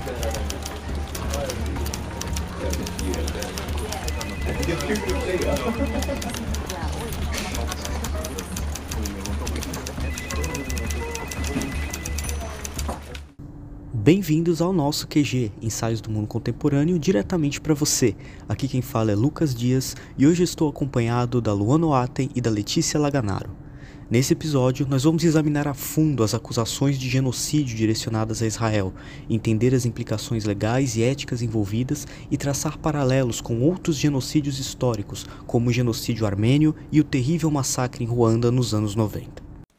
Bem-vindos ao nosso QG, Ensaios do Mundo Contemporâneo, diretamente para você. Aqui quem fala é Lucas Dias e hoje estou acompanhado da Luana Oaten e da Letícia Laganaro. Nesse episódio, nós vamos examinar a fundo as acusações de genocídio direcionadas a Israel, entender as implicações legais e éticas envolvidas e traçar paralelos com outros genocídios históricos, como o genocídio armênio e o terrível massacre em Ruanda nos anos 90.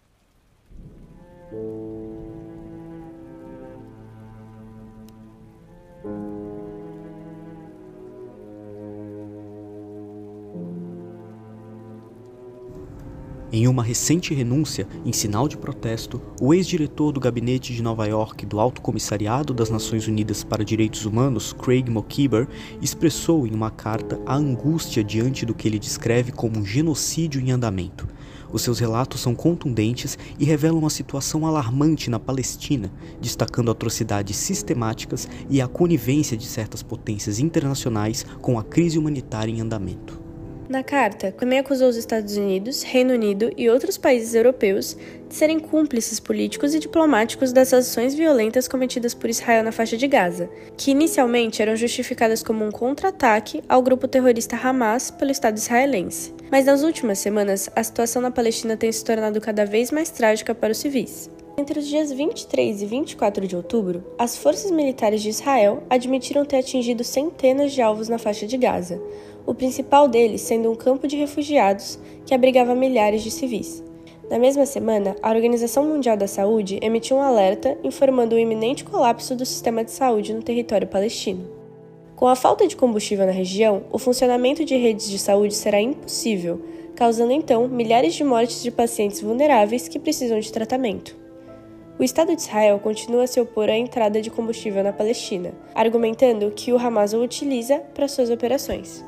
Em uma recente renúncia, em sinal de protesto, o ex-diretor do gabinete de Nova York do Alto Comissariado das Nações Unidas para Direitos Humanos, Craig Mokhiber, expressou em uma carta a angústia diante do que ele descreve como um genocídio em andamento. Os seus relatos são contundentes e revelam uma situação alarmante na Palestina, destacando atrocidades sistemáticas e a conivência de certas potências internacionais com a crise humanitária em andamento. Na carta, também acusou os Estados Unidos, Reino Unido e outros países europeus de serem cúmplices políticos e diplomáticos das ações violentas cometidas por Israel na faixa de Gaza, que inicialmente eram justificadas como um contra-ataque ao grupo terrorista Hamas pelo Estado israelense. Mas nas últimas semanas, a situação na Palestina tem se tornado cada vez mais trágica para os civis. Entre os dias 23 e 24 de outubro, as forças militares de Israel admitiram ter atingido centenas de alvos na faixa de Gaza, o principal deles sendo um campo de refugiados que abrigava milhares de civis. Na mesma semana, a Organização Mundial da Saúde emitiu um alerta informando o iminente colapso do sistema de saúde no território palestino. Com a falta de combustível na região, o funcionamento de redes de saúde será impossível, causando então milhares de mortes de pacientes vulneráveis que precisam de tratamento. O Estado de Israel continua a se opor à entrada de combustível na Palestina, argumentando que o Hamas o utiliza para suas operações.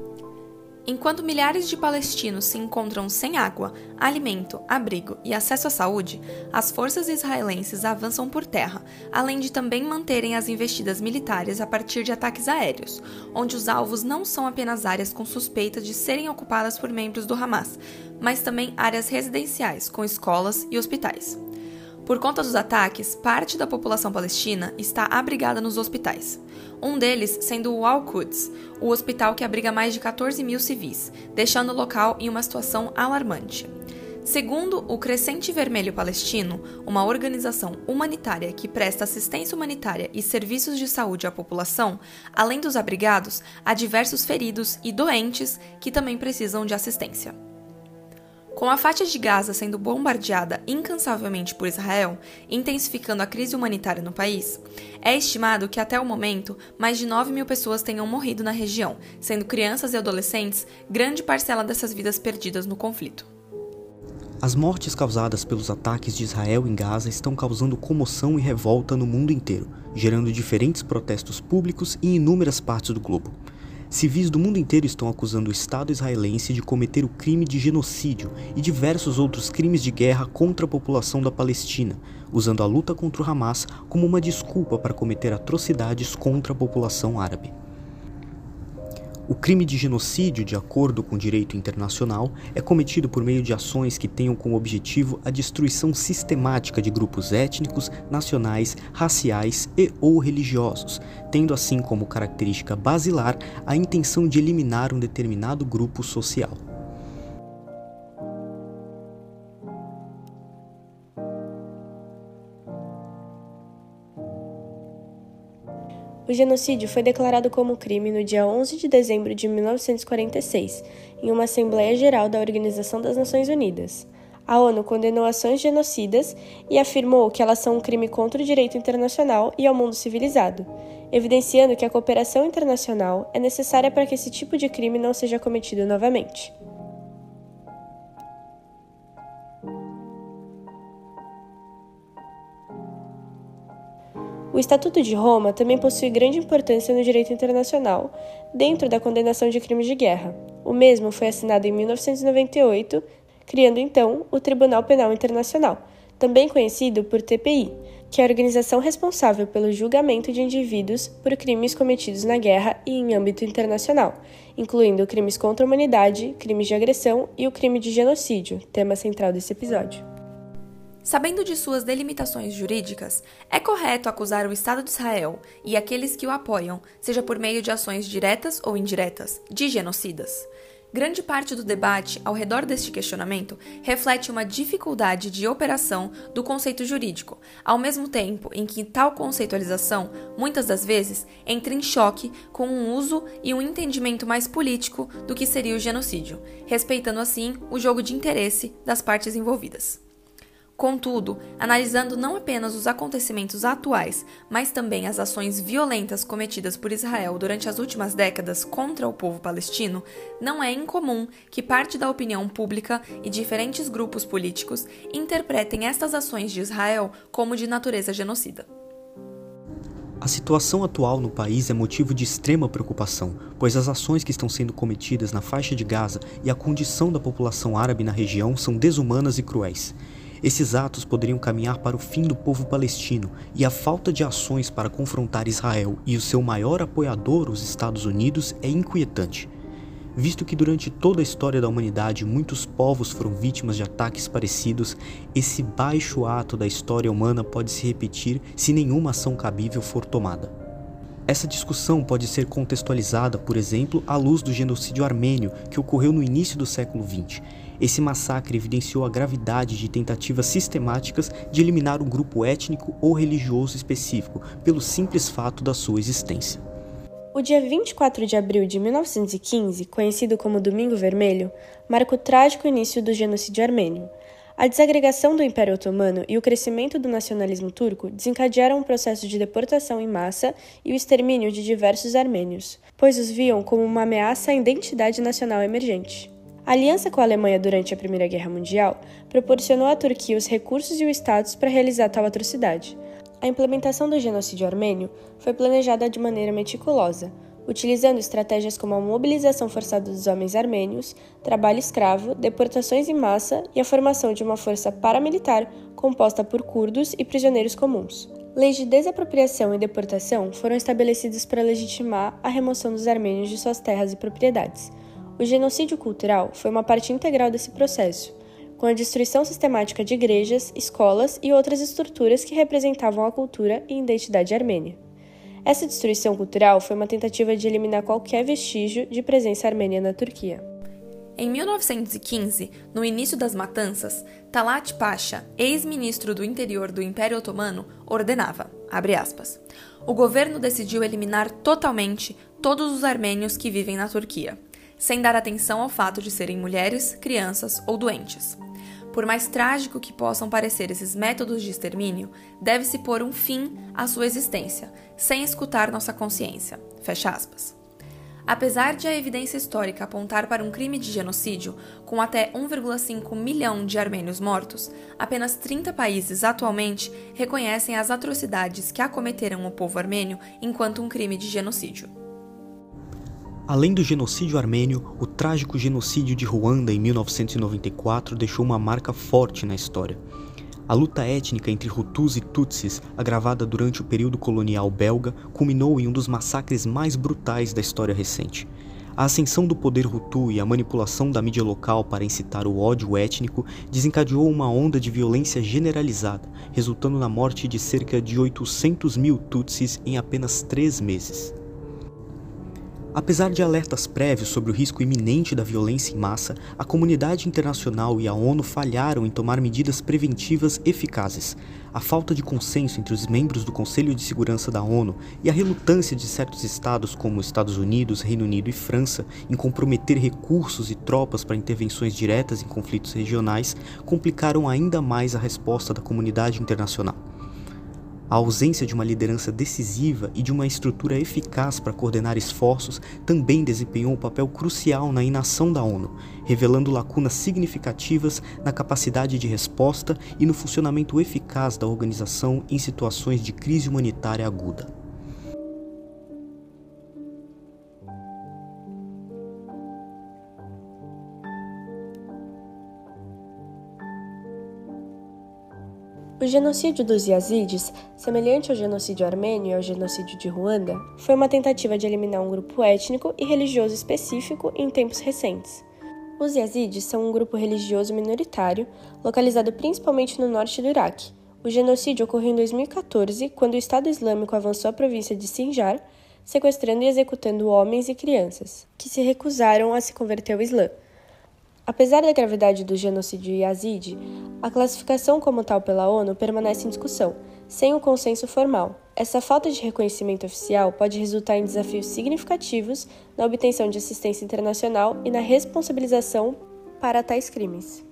Enquanto milhares de palestinos se encontram sem água, alimento, abrigo e acesso à saúde, as forças israelenses avançam por terra, além de também manterem as investidas militares a partir de ataques aéreos, onde os alvos não são apenas áreas com suspeita de serem ocupadas por membros do Hamas, mas também áreas residenciais, com escolas e hospitais. Por conta dos ataques, parte da população palestina está abrigada nos hospitais. Um deles sendo o Al-Quds, o hospital que abriga mais de 14 mil civis, deixando o local em uma situação alarmante. Segundo o Crescente Vermelho Palestino, uma organização humanitária que presta assistência humanitária e serviços de saúde à população, além dos abrigados, há diversos feridos e doentes que também precisam de assistência. Com a faixa de Gaza sendo bombardeada incansavelmente por Israel, intensificando a crise humanitária no país, é estimado que até o momento mais de 9 mil pessoas tenham morrido na região, sendo crianças e adolescentes grande parcela dessas vidas perdidas no conflito. As mortes causadas pelos ataques de Israel em Gaza estão causando comoção e revolta no mundo inteiro, gerando diferentes protestos públicos em inúmeras partes do globo. Civis do mundo inteiro estão acusando o Estado israelense de cometer o crime de genocídio e diversos outros crimes de guerra contra a população da Palestina, usando a luta contra o Hamas como uma desculpa para cometer atrocidades contra a população árabe. O crime de genocídio, de acordo com o direito internacional, é cometido por meio de ações que tenham como objetivo a destruição sistemática de grupos étnicos, nacionais, raciais e ou religiosos, tendo assim como característica basilar a intenção de eliminar um determinado grupo social. O genocídio foi declarado como crime no dia 11 de dezembro de 1946, em uma Assembleia Geral da Organização das Nações Unidas. A ONU condenou ações genocidas e afirmou que elas são um crime contra o direito internacional e ao mundo civilizado, evidenciando que a cooperação internacional é necessária para que esse tipo de crime não seja cometido novamente. O Estatuto de Roma também possui grande importância no direito internacional, dentro da condenação de crimes de guerra. O mesmo foi assinado em 1998, criando então o Tribunal Penal Internacional, também conhecido por TPI, que é a organização responsável pelo julgamento de indivíduos por crimes cometidos na guerra e em âmbito internacional, incluindo crimes contra a humanidade, crimes de agressão e o crime de genocídio, tema central desse episódio. Sabendo de suas delimitações jurídicas, é correto acusar o Estado de Israel e aqueles que o apoiam, seja por meio de ações diretas ou indiretas, de genocidas. Grande parte do debate ao redor deste questionamento reflete uma dificuldade de operação do conceito jurídico, ao mesmo tempo em que tal conceitualização, muitas das vezes, entra em choque com um uso e um entendimento mais político do que seria o genocídio, respeitando assim o jogo de interesse das partes envolvidas. Contudo, analisando não apenas os acontecimentos atuais, mas também as ações violentas cometidas por Israel durante as últimas décadas contra o povo palestino, não é incomum que parte da opinião pública e diferentes grupos políticos interpretem estas ações de Israel como de natureza genocida. A situação atual no país é motivo de extrema preocupação, pois as ações que estão sendo cometidas na faixa de Gaza e a condição da população árabe na região são desumanas e cruéis. Esses atos poderiam caminhar para o fim do povo palestino, e a falta de ações para confrontar Israel e o seu maior apoiador, os Estados Unidos, é inquietante. Visto que durante toda a história da humanidade muitos povos foram vítimas de ataques parecidos, esse baixo ato da história humana pode se repetir se nenhuma ação cabível for tomada. Essa discussão pode ser contextualizada, por exemplo, à luz do genocídio armênio que ocorreu no início do século XX. Esse massacre evidenciou a gravidade de tentativas sistemáticas de eliminar um grupo étnico ou religioso específico, pelo simples fato da sua existência. O dia 24 de abril de 1915, conhecido como Domingo Vermelho, marca o trágico início do genocídio armênio. A desagregação do Império Otomano e o crescimento do nacionalismo turco desencadearam um processo de deportação em massa e o extermínio de diversos armênios, pois os viam como uma ameaça à identidade nacional emergente. A aliança com a Alemanha durante a Primeira Guerra Mundial proporcionou à Turquia os recursos e o status para realizar tal atrocidade. A implementação do genocídio armênio foi planejada de maneira meticulosa, utilizando estratégias como a mobilização forçada dos homens armênios, trabalho escravo, deportações em massa e a formação de uma força paramilitar composta por curdos e prisioneiros comuns. Leis de desapropriação e deportação foram estabelecidas para legitimar a remoção dos armênios de suas terras e propriedades. O genocídio cultural foi uma parte integral desse processo, com a destruição sistemática de igrejas, escolas e outras estruturas que representavam a cultura e identidade armênia. Essa destruição cultural foi uma tentativa de eliminar qualquer vestígio de presença armênia na Turquia. Em 1915, no início das matanças, Talat Pasha, ex-ministro do interior do Império Otomano, ordenava, abre aspas, o governo decidiu eliminar totalmente todos os armênios que vivem na Turquia, sem dar atenção ao fato de serem mulheres, crianças ou doentes. Por mais trágico que possam parecer esses métodos de extermínio, deve-se pôr um fim à sua existência, sem escutar nossa consciência. Fecha aspas. Apesar de a evidência histórica apontar para um crime de genocídio, com até 1,5 milhão de armênios mortos, apenas 30 países atualmente reconhecem as atrocidades que acometeram o povo armênio enquanto um crime de genocídio. Além do genocídio armênio, o trágico genocídio de Ruanda em 1994 deixou uma marca forte na história. A luta étnica entre Hutus e Tutsis, agravada durante o período colonial belga, culminou em um dos massacres mais brutais da história recente. A ascensão do poder Hutu e a manipulação da mídia local para incitar o ódio étnico desencadeou uma onda de violência generalizada, resultando na morte de cerca de 800 mil Tutsis em apenas 3 meses. Apesar de alertas prévios sobre o risco iminente da violência em massa, a comunidade internacional e a ONU falharam em tomar medidas preventivas eficazes. A falta de consenso entre os membros do Conselho de Segurança da ONU e a relutância de certos estados como Estados Unidos, Reino Unido e França em comprometer recursos e tropas para intervenções diretas em conflitos regionais complicaram ainda mais a resposta da comunidade internacional. A ausência de uma liderança decisiva e de uma estrutura eficaz para coordenar esforços também desempenhou um papel crucial na inação da ONU, revelando lacunas significativas na capacidade de resposta e no funcionamento eficaz da organização em situações de crise humanitária aguda. O genocídio dos Yazidis, semelhante ao genocídio armênio e ao genocídio de Ruanda, foi uma tentativa de eliminar um grupo étnico e religioso específico em tempos recentes. Os Yazidis são um grupo religioso minoritário, localizado principalmente no norte do Iraque. O genocídio ocorreu em 2014, quando o Estado Islâmico avançou à província de Sinjar, sequestrando e executando homens e crianças, que se recusaram a se converter ao Islã. Apesar da gravidade do genocídio Yazidi, a classificação como tal pela ONU permanece em discussão, sem um consenso formal. Essa falta de reconhecimento oficial pode resultar em desafios significativos na obtenção de assistência internacional e na responsabilização para tais crimes.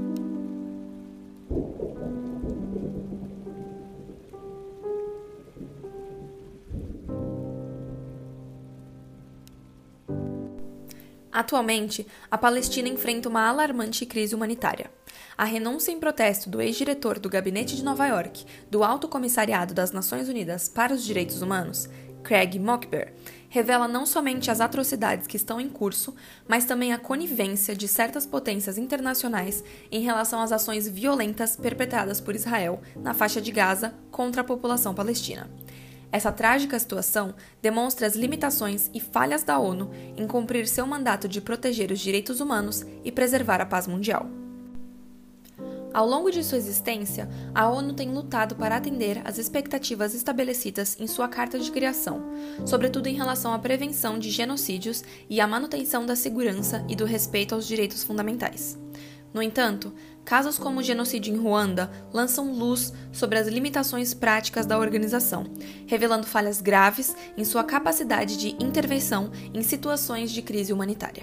Atualmente, a Palestina enfrenta uma alarmante crise humanitária. A renúncia em protesto do ex-diretor do Gabinete de Nova York do Alto Comissariado das Nações Unidas para os Direitos Humanos, Craig Mockber, revela não somente as atrocidades que estão em curso, mas também a conivência de certas potências internacionais em relação às ações violentas perpetradas por Israel na faixa de Gaza contra a população palestina. Essa trágica situação demonstra as limitações e falhas da ONU em cumprir seu mandato de proteger os direitos humanos e preservar a paz mundial. Ao longo de sua existência, a ONU tem lutado para atender às expectativas estabelecidas em sua Carta de Criação, sobretudo em relação à prevenção de genocídios e à manutenção da segurança e do respeito aos direitos fundamentais. No entanto, casos como o genocídio em Ruanda lançam luz sobre as limitações práticas da organização, revelando falhas graves em sua capacidade de intervenção em situações de crise humanitária.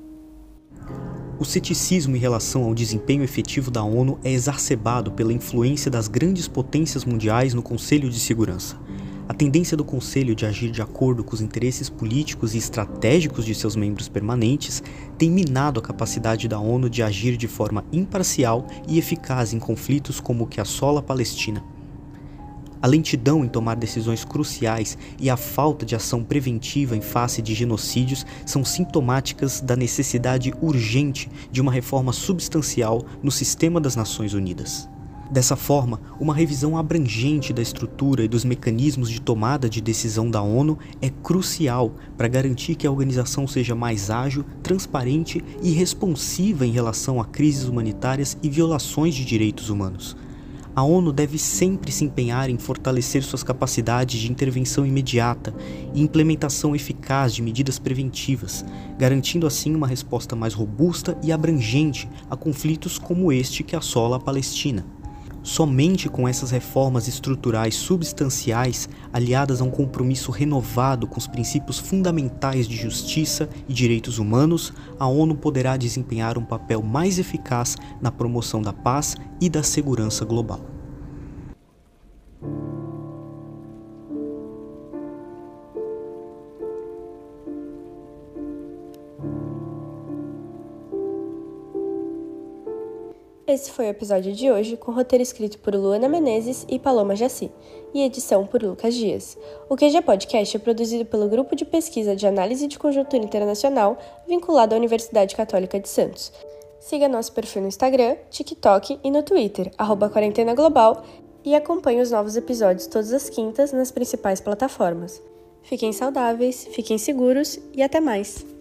O ceticismo em relação ao desempenho efetivo da ONU é exacerbado pela influência das grandes potências mundiais no Conselho de Segurança. A tendência do Conselho de agir de acordo com os interesses políticos e estratégicos de seus membros permanentes tem minado a capacidade da ONU de agir de forma imparcial e eficaz em conflitos como o que assola a Palestina. A lentidão em tomar decisões cruciais e a falta de ação preventiva em face de genocídios são sintomáticas da necessidade urgente de uma reforma substancial no sistema das Nações Unidas. Dessa forma, uma revisão abrangente da estrutura e dos mecanismos de tomada de decisão da ONU é crucial para garantir que a organização seja mais ágil, transparente e responsiva em relação a crises humanitárias e violações de direitos humanos. A ONU deve sempre se empenhar em fortalecer suas capacidades de intervenção imediata e implementação eficaz de medidas preventivas, garantindo assim uma resposta mais robusta e abrangente a conflitos como este que assola a Palestina. Somente com essas reformas estruturais substanciais, aliadas a um compromisso renovado com os princípios fundamentais de justiça e direitos humanos, a ONU poderá desempenhar um papel mais eficaz na promoção da paz e da segurança global. Esse foi o episódio de hoje, com roteiro escrito por Luana Menezes e Paloma Jaci, e edição por Lucas Dias. O QG Podcast é produzido pelo Grupo de Pesquisa de Análise de Conjuntura Internacional, vinculado à Universidade Católica de Santos. Siga nosso perfil no Instagram, TikTok e no Twitter, @Quarentena Global, e acompanhe os novos episódios todas as quintas nas principais plataformas. Fiquem saudáveis, fiquem seguros e até mais!